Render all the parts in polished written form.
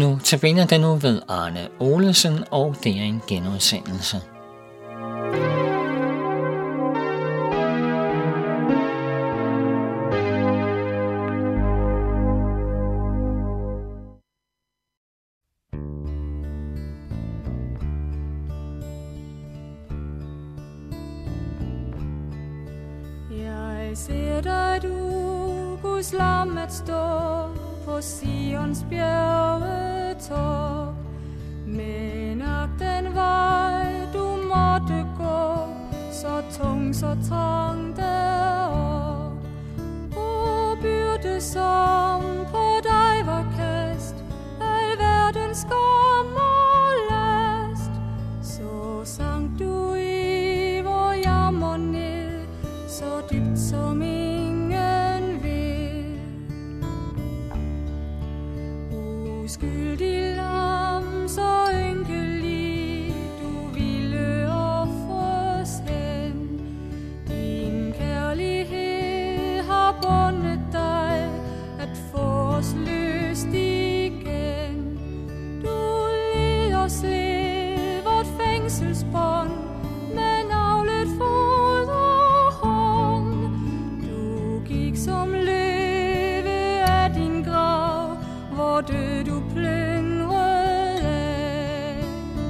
Nu tabiner den nu ved Arne Olesen, og det er en genudsendelse. Jeg ser dig, du Guds lam, at stå på Sions bjergetop, men ak den vej du måtte gå, så tung, så trang derop, og byrde som på dig var kast, al verdens skam og last, så sank du i vor jammer ned, så dybt som ingen ved. Uskyldig lam, så ynkelig, du ville ofres hen. Din kærlighed har bundet dig, at få os løst igen. Du led os led vort fængselsbånd, med navlet fod og hånd. Du gik som løve af din grav, hvor død du plyndrede af.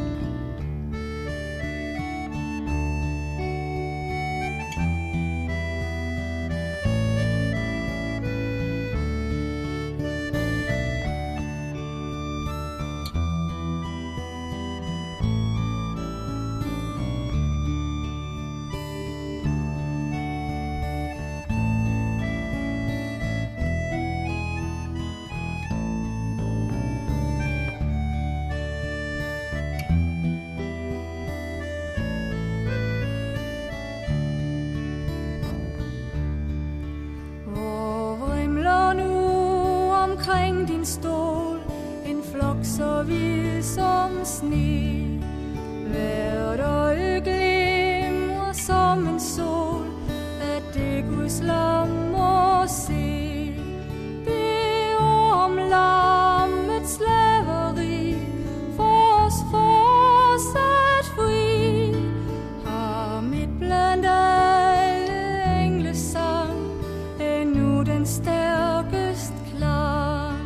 Omkring din stol en flok så hvid som sne, hvert øje glimrer som en sol, at det Guds lam må se. Det ord om lammets slaveri, for os forsat fri, har midt blandt alle engles sang endnu den stærkest klang.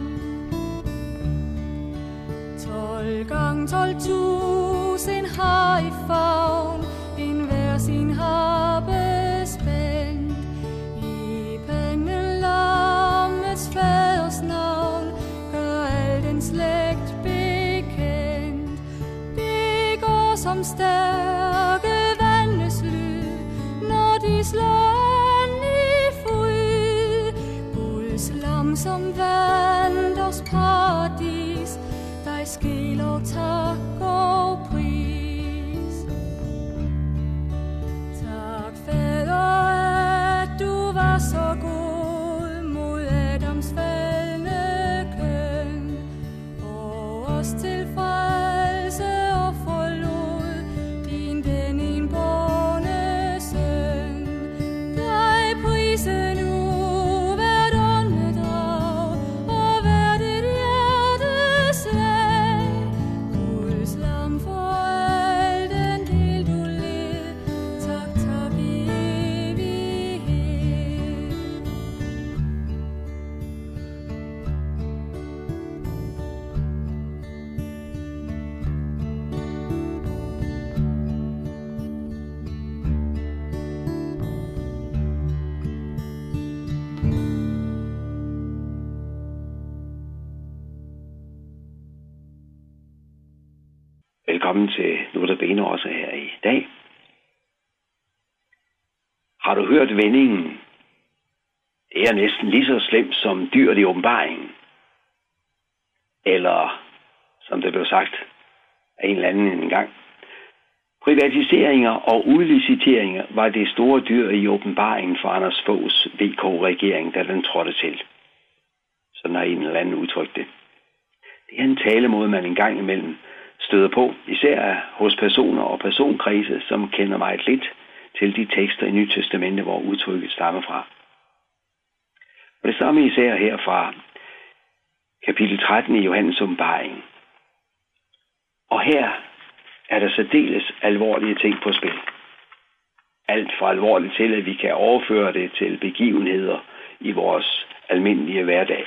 12.000 har i favn, en hver sin harpe spændt, i panden lammets faders navn, gør al den slægt bekendt. Det går som stærke vandes lyd, når de slår an i fryd. Guds lam som vandt os paradis, dig ske lov, tak og pris. Tak, Fader, at du var så god mod Adams faldne køn, og os til frelse og forlod din den enbårne søn. Dig prise nu hvert åndedrag, og hvert et hjerteslag. Guds lam for al den del du led, tak, tak i evighed. Velkommen til Notabene også her i dag. Har du hørt vendingen? Det er næsten lige så slemt som dyret i åbenbaringen. Eller, som det blev sagt af en eller anden engang, privatiseringer og udliciteringer var det store dyr i åbenbaringen for Anders Foghs VK-regering, da den trådte til. Sådan har en eller anden udtrykt det. Det er en talemåde, man engang imellem støder på, især hos personer og personkredse, som kender meget lidt til de tekster i Nyt Testamente, hvor udtrykket stammer fra. Og det samme især her fra kapitel 13 i Johannes åbenbaring. Og her er der særdeles alvorlige ting på spil. Alt for alvorligt til, at vi kan overføre det til begivenheder i vores almindelige hverdag.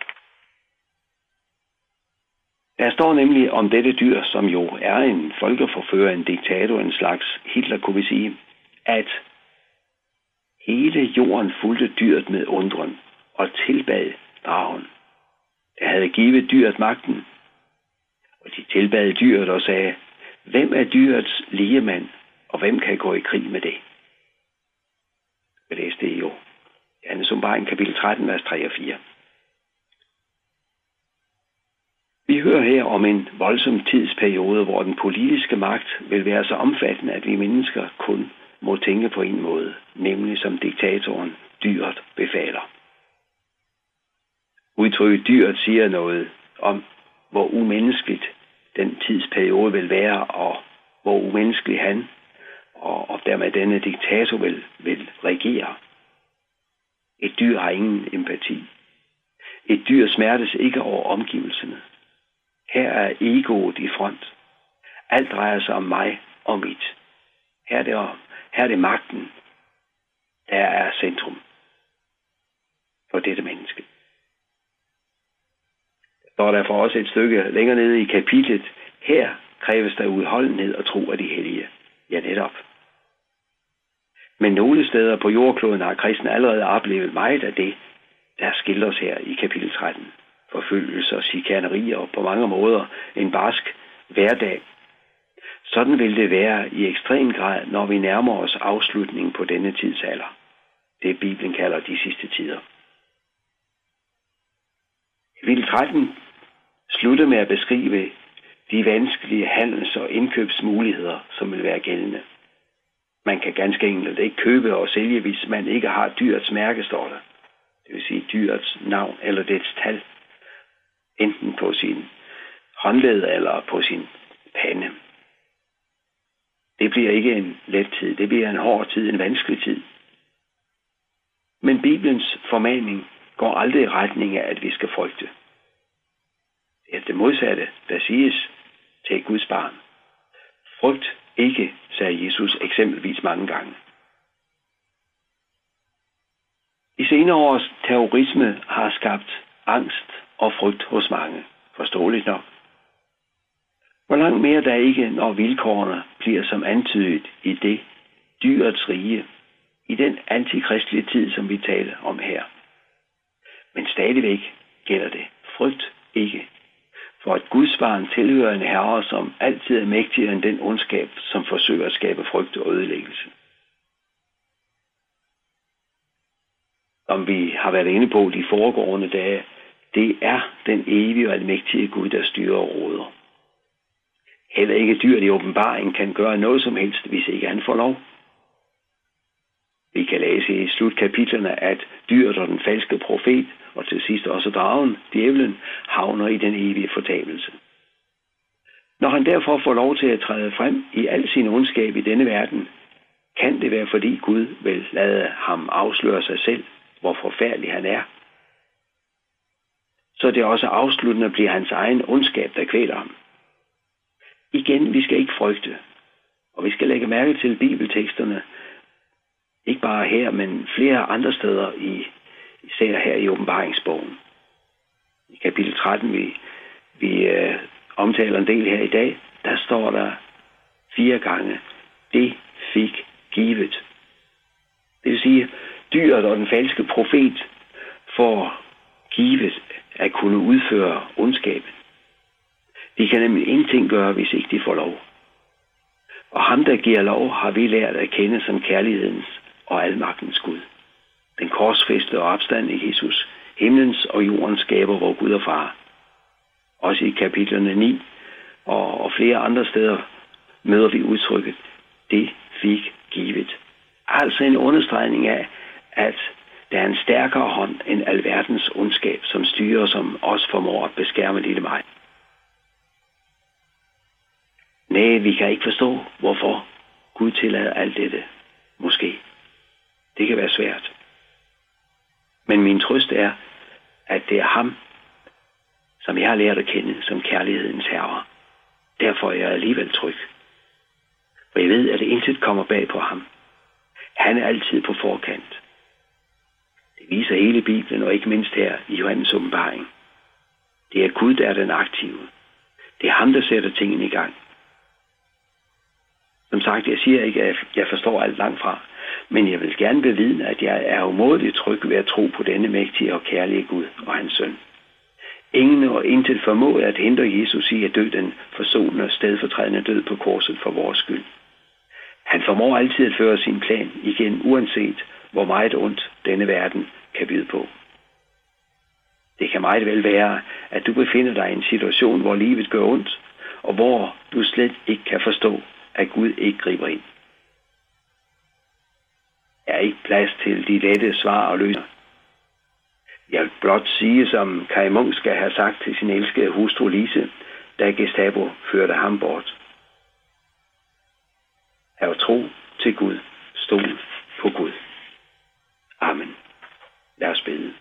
Der står nemlig om dette dyr, som jo er en folkeforfører, en diktator, en slags Hitler, kunne vi sige, at hele jorden fulgte dyret med undren og tilbad dragen, der havde givet dyret magten. Og de tilbad dyret og sagde, hvem er dyrets ligemand, og hvem kan gå i krig med det? Vi læste det jo. Johannes åbenbaring kapitel 13, vers 3 og 4. Vi hører her om en voldsom tidsperiode, hvor den politiske magt vil være så omfattende, at vi mennesker kun må tænke på en måde, nemlig som diktatoren dyret befaler. Udtrykket dyret siger noget om, hvor umenneskeligt den tidsperiode vil være, og hvor umenneskelig han og dermed denne diktator vil regere. Et dyr har ingen empati. Et dyr smertes ikke over omgivelserne. Her er egoet i front. Alt drejer sig om mig og mit. Her er det magten, der er centrum for dette menneske. Der står derfor også et stykke længere nede i kapitlet. Her kræves der udholdenhed og tro af de hellige. Ja, netop. Men nogle steder på jordkloden har kristne allerede oplevet meget af det, der skildres her i kapitel 13. Forfølgelser, chikanerier og på mange måder en barsk hverdag. Sådan vil det være i ekstrem grad, når vi nærmer os afslutningen på denne tidsalder. Det Bibelen kalder de sidste tider. Kapitel 13 slutter med at beskrive de vanskelige handels- og indkøbsmuligheder, som vil være gældende. Man kan ganske enkelt ikke købe og sælge, hvis man ikke har dyrets mærke, står der. Det vil sige dyrets navn eller dets tal. Enten på sin håndled eller på sin pande. Det bliver ikke en let tid. Det bliver en hård tid, en vanskelig tid. Men Bibelens formaning går aldrig i retning af, at vi skal frygte. Det er det modsatte, der siges til Guds barn. Frygt ikke, sagde Jesus eksempelvis mange gange. I senere års terrorisme har skabt angst og frygt hos mange. Forståeligt nok. Hvor langt mere der ikke, når vilkårene bliver som antydet i det dyrets rige, i den antikristelige tid, som vi taler om her. Men stadigvæk gælder det. Frygt ikke. For at Guds barn tilhører en herre, som altid er mægtigere end den ondskab, som forsøger at skabe frygt og ødelæggelse. Som vi har været inde på de foregående dage, det er den evige og almægtige Gud, der styrer og råder. Heller ikke dyret i åbenbaringen kan gøre noget som helst, hvis ikke han får lov. Vi kan læse i slutkapitlerne, at dyret og den falske profet, og til sidst også dragen, djævlen, havner i den evige fortabelse. Når han derfor får lov til at træde frem i al sin ondskab i denne verden, kan det være fordi Gud vil lade ham afsløre sig selv, hvor forfærdelig han er. Så det også afsluttende bliver hans egen ondskab, der kvæler ham. Igen, vi skal ikke frygte, og vi skal lægge mærke til bibelteksterne, ikke bare her, men flere andre steder, især her i åbenbaringsbogen. I kapitel 13, vi omtaler en del her i dag, der står der 4 gange, det fik givet. Det vil sige, dyret og den falske profet får givet at kunne udføre ondskaben. De kan nemlig ingenting gøre, hvis ikke de får lov. Og ham, der giver lov, har vi lært at kende som kærlighedens og almagtens Gud. Den korsfæstede og opstandne Jesus, himlens og jordens skaber, vor Gud og Far. Også i kapitlerne 9 og flere andre steder møder vi udtrykket, det fik givet. Altså en understregning af, at der er en stærkere hånd end alverdens ondskab, som styrer, som også formår at beskærme lille mig. Nej, vi kan ikke forstå, hvorfor Gud tillader alt dette. Måske. Det kan være svært. Men min trøst er, at det er ham, som jeg har lært at kende som kærlighedens herre. Derfor er jeg alligevel tryg. For jeg ved, at intet kommer bag på ham. Han er altid på forkant. Det viser hele Bibelen, og ikke mindst her i Johannes åbenbaring. Det er Gud, der er den aktive. Det er ham, der sætter tingene i gang. Som sagt, jeg siger ikke, at jeg forstår alt langt fra, men jeg vil gerne bevidne, at jeg er umådeligt tryg ved at tro på denne mægtige og kærlige Gud og hans søn. Ingen og intet formåede at hindre Jesus i at dø den forsonende og stedfortrædende død på korset for vores skyld. Han formår altid at føre sin plan igen, uanset hvor meget ondt denne verden kan byde på. Det kan meget vel være, at du befinder dig i en situation, hvor livet gør ondt, og hvor du slet ikke kan forstå, at Gud ikke griber ind. Der er ikke plads til de lette svar og løsninger. Jeg vil blot sige, som Kai Munk skal have sagt til sin elskede hustru Lise, da Gestapo førte ham bort. Hav tro til Gud, stol på Gud. Amen. Lad os bede.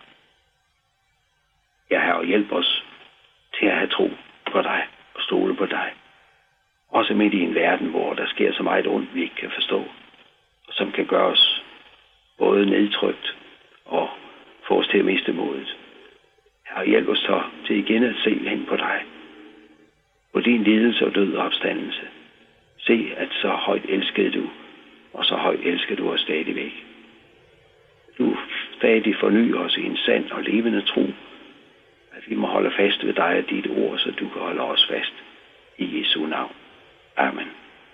Jeg har hjælp os til at have tro på dig og stole på dig. Også midt i en verden, hvor der sker så meget ondt, vi ikke kan forstå, og som kan gøre os både nedtrykt og få os til at miste modet. Herre, hjælp os så til igen at se hen på dig, på din lidelse og død og opstandelse. Se, at så højt elskede du, og så højt elsker du os stadigvæk. Du stadig forny os i en sand og levende tro, at vi må holde fast ved dig og dit ord, så du kan holde os fast. I Jesu navn. Amen.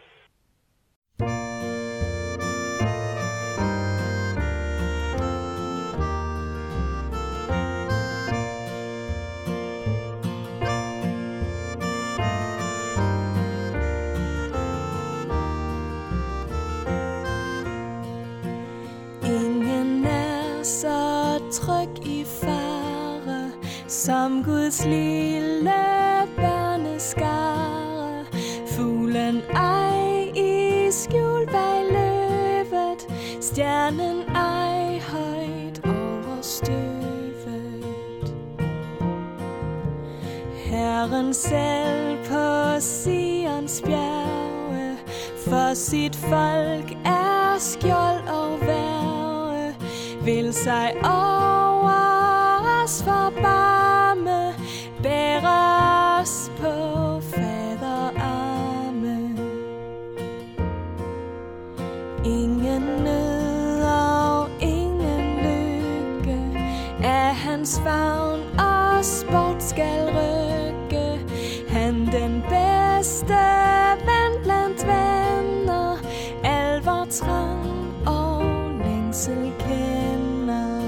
Ingen er så tryg i fare som Guds lille børneskare. Fuglen ej i skjul bag løvet, stjernen ej højt over støvet. Herren selv på Sions bjerge, for sit folk er skjold og værge, vil sig over os forbarme, bære os på faderarme. Ingen nød og ingen lykke af hans favn os bort skal rykke. Han den bedste ven blandt venner, al vor trang og længsel kender.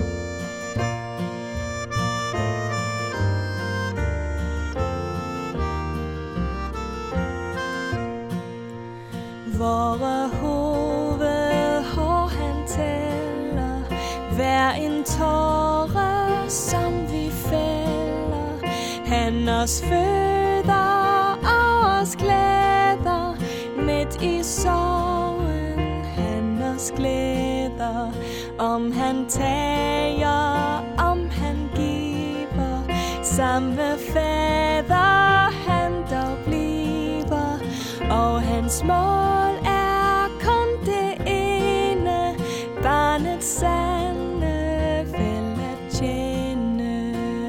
Vore hovedhår han tæller, hver en tåre som vi fælder. Han os føder og os glæder, midt i sorgen han os glæder. Om han tager, om han giver, samme fader han dog bliver. Og hans mål er kun det ene, barnets sande vel at tjene.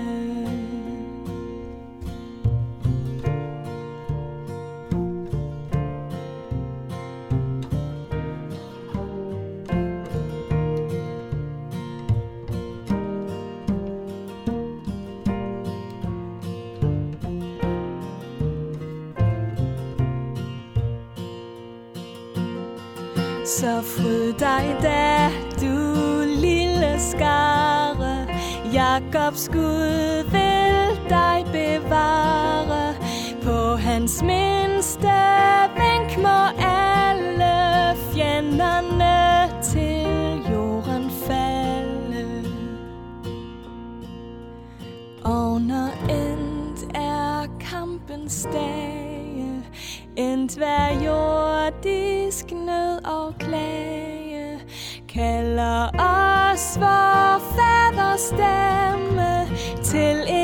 Så fryd dig da, du lille skare, Jakobs Gud vil dig bevare. På hans mindste vink må alle fjenderne til jorden falde. Og når endt er kampens dage, endt hver jordisk nød og klage, kalder os vor faders stemme til